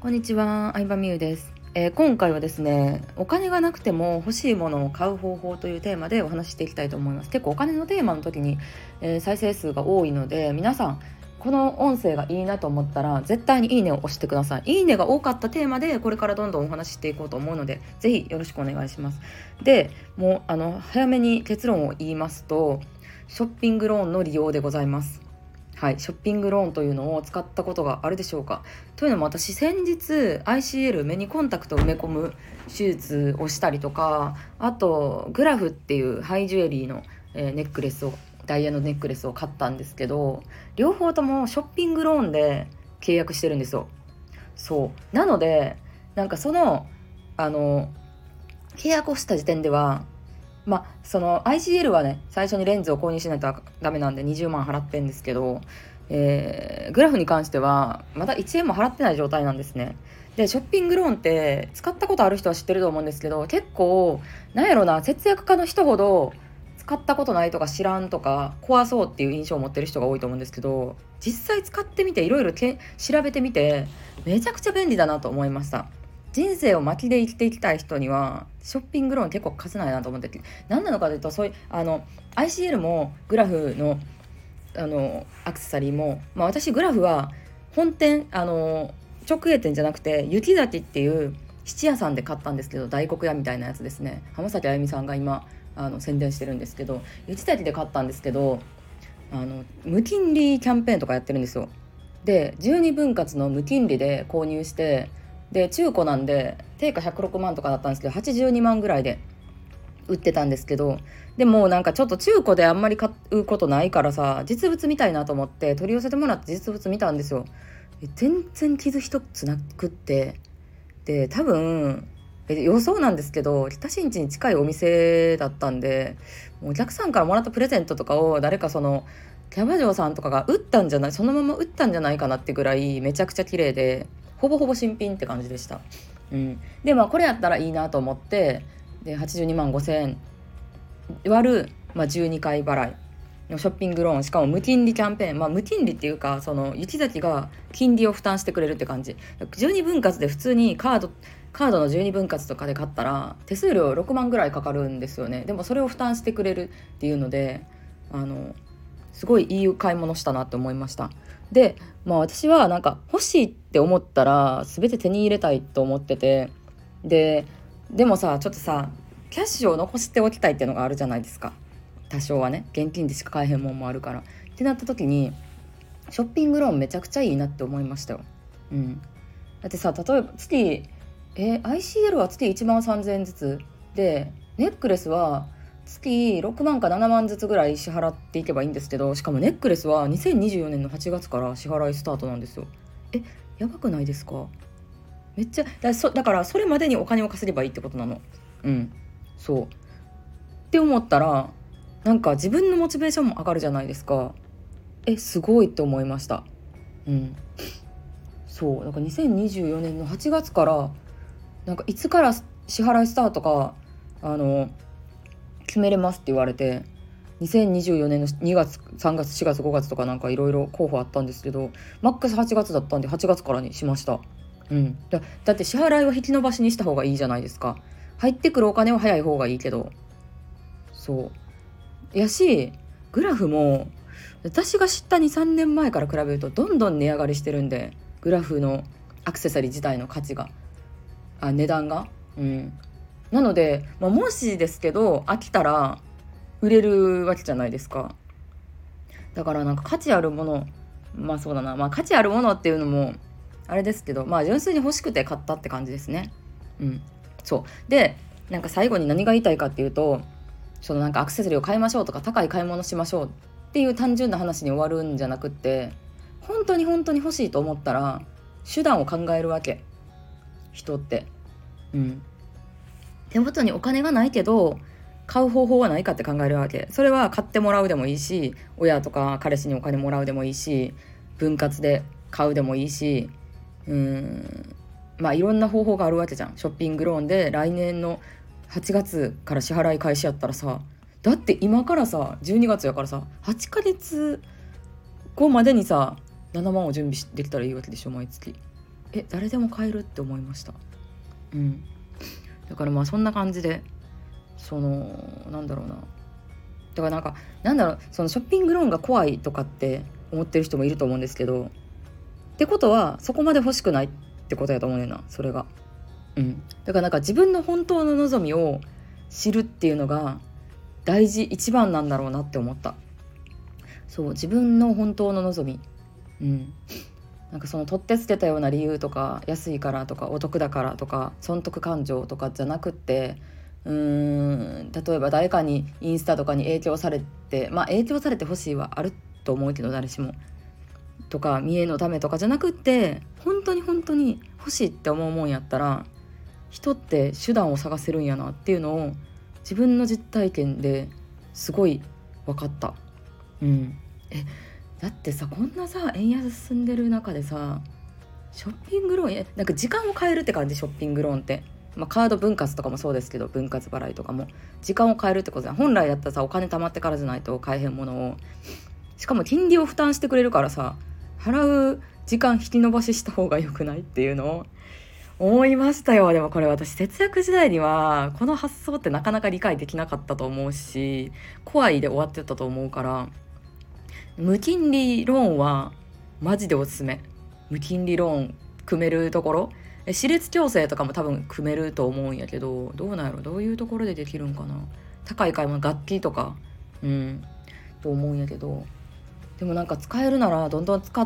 こんにちは、相葉美優です。今回はですね、お金がなくても欲しいものを買う方法というテーマでお話ししていきたいと思います。結構お金のテーマの時に、再生数が多いので、皆さんこの音声がいいなと思ったら絶対にいいねを押してください。いいねが多かったテーマでこれからどんどんお話ししていこうと思うので、ぜひよろしくお願いします。で、もう早めに結論を言いますと、ショッピングローンの利用でございます。はい、ショッピングローンというのを使ったことがあるでしょうか。というのも私先日 ICL 目にコンタクトを埋め込む手術をしたりとか、あとグラフっていうハイジュエリーの、ネックレスをダイヤのネックレスを買ったんですけど、両方ともショッピングローンで契約してるんですよ。そうなので、なんか契約をした時点では、その ICL はね、最初にレンズを購入しないとダメなんで20万払ってんですけど、グラフに関してはまだ1円も払ってない状態なんですね。で、ショッピングローンって使ったことある人は知ってると思うんですけど、結構なんやろな、節約家の人ほど使ったことないとか知らんとか怖そうっていう印象を持ってる人が多いと思うんですけど、実際使ってみていろいろ調べてみて、めちゃくちゃ便利だなと思いました。人生を巻きで生きていきたい人にはショッピングローン結構貸せないなと思ってて、何なのかというと、そういうICL もグラフのアクセサリーも、私グラフは本店直営店じゃなくて雪崎っていう質屋さんで買ったんですけど、大黒屋みたいなやつですね。浜崎あゆみさんが今宣伝してるんですけど、雪崎で買ったんですけど、無金利キャンペーンとかやってるんですよ。で、12分割の無金利で購入して、で中古なんで定価106万とかだったんですけど、82万ぐらいで売ってたんですけど、でもなんかちょっと中古であんまり買うことないからさ、実物見たいなと思って取り寄せてもらって実物見たんですよ。全然傷一つなくって、で多分予想なんですけど、北新地に近いお店だったんで、もうお客さんからもらったプレゼントとかを誰かキャバ嬢さんとかが売ったんじゃない、そのまま売ったんじゃないかなってぐらいめちゃくちゃ綺麗で、ほぼほぼ新品って感じでした。でこれやったらいいなと思って、で82万5千円割る、12回払いのショッピングローン、しかも無金利キャンペーン、無金利っていうか、その雪崎が金利を負担してくれるって感じ。12分割で普通にカードの12分割とかで買ったら手数料6万ぐらいかかるんですよね。でもそれを負担してくれるっていうので、すごいいい買い物したなって思いました。で、私はなんか欲しいって思ったら全て手に入れたいと思ってて、でもさ、ちょっとさ、キャッシュを残しておきたいっていうのがあるじゃないですか。多少はね、現金でしか買えへんもんもあるからってなった時に、ショッピングローンめちゃくちゃいいなって思いましたよ。だってさ、例えばICL は月1万3000円ずつで、ネックレスは月6万か7万ずつぐらい支払っていけばいいんですけど、しかもネックレスは2024年の8月から支払いスタートなんですよ。やばくないですか？めっちゃだからそれまでにお金を稼げばいいってことなの。そうって思ったら、なんか自分のモチベーションも上がるじゃないですか。すごいって思いました。そうだから2024年の8月からなんかいつから支払いスタートか決めれますって言われて、2024年の2月3月4月5月とかなんかいろいろ候補あったんですけど、マックス8月だったんで8月からにしました。だって支払いは引き延ばしにした方がいいじゃないですか。入ってくるお金は早い方がいいけど、そうやし、グラフも私が知った2、3年前から比べるとどんどん値上がりしてるんで、グラフのアクセサリー自体の価値が値段がなので、もしですけど飽きたら売れるわけじゃないですか。だからなんか価値あるもの、そうだな、価値あるものっていうのもあれですけど、純粋に欲しくて買ったって感じですね。そうで、なんか最後に何が言いたいかっていうと、なんかアクセサリーを買いましょうとか高い買い物しましょうっていう単純な話に終わるんじゃなくって、本当に本当に欲しいと思ったら手段を考えるわけ、人って。手元にお金がないけど買う方法はないかって考えるわけ。それは買ってもらうでもいいし、親とか彼氏にお金もらうでもいいし、分割で買うでもいいし、いろんな方法があるわけじゃん。ショッピングローンで来年の8月から支払い開始やったらさ、だって今からさ12月やからさ、8ヶ月後までにさ7万を準備できたらいいわけでしょ、毎月。 誰でも買えるって思いました。だからまあそんな感じで、なんだろうな、だからそのショッピングローンが怖いとかって思ってる人もいると思うんですけど、ってことはそこまで欲しくないってことやと思うねんな、それが。だから自分の本当の望みを知るっていうのが一番なんだろうなって思った。そう、自分の本当の望み。その取って捨てたような理由とか、安いからとかお得だからとか損得感情とかじゃなくって、例えば誰かにインスタとかに影響されて、影響されてほしいはあると思うけど、誰しもとか見栄のためとかじゃなくって、本当に本当に欲しいって思うもんやったら、人って手段を探せるんやなっていうのを自分の実体験ですごい分かった。だってさ、こんなさ円安進んでる中でさ、ショッピングローン時間を変えるって感じ。ショッピングローンって、カード分割とかもそうですけど、分割払いとかも時間を変えるってことだ。本来だったらさ、お金貯まってからじゃないと買えへんものを、しかも金利を負担してくれるからさ、払う時間引き延ばしした方が良くないっていうのを思いましたよ。でもこれ私節約時代にはこの発想ってなかなか理解できなかったと思うし、怖いで終わってたと思うから、無金利ローンはマジでおすすめ。無金利ローン組めるところ、私立矯正とかも多分組めると思うんやけど、どうなんやろ、どういうところでできるんかな。高い買い物、楽器とかと思うんやけど、でも使えるならどんどん使って、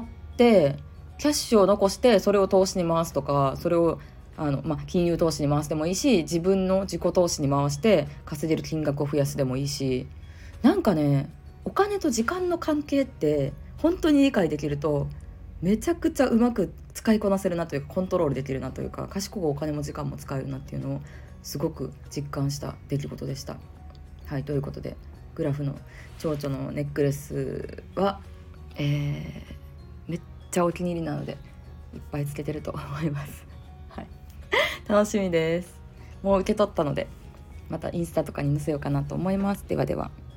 キャッシュを残してそれを投資に回すとか、それを金融投資に回すでもいいし、自分の自己投資に回して稼げる金額を増やすでもいいし、お金と時間の関係って本当に理解できると、めちゃくちゃうまく使いこなせるなというか、コントロールできるなというか、賢くお金も時間も使えるなっていうのをすごく実感した出来事でした。はい、ということで、グラフの蝶々のネックレスは、めっちゃお気に入りなのでいっぱいつけてると思います。はい、楽しみです。もう受け取ったので、またインスタとかに載せようかなと思います。ではでは。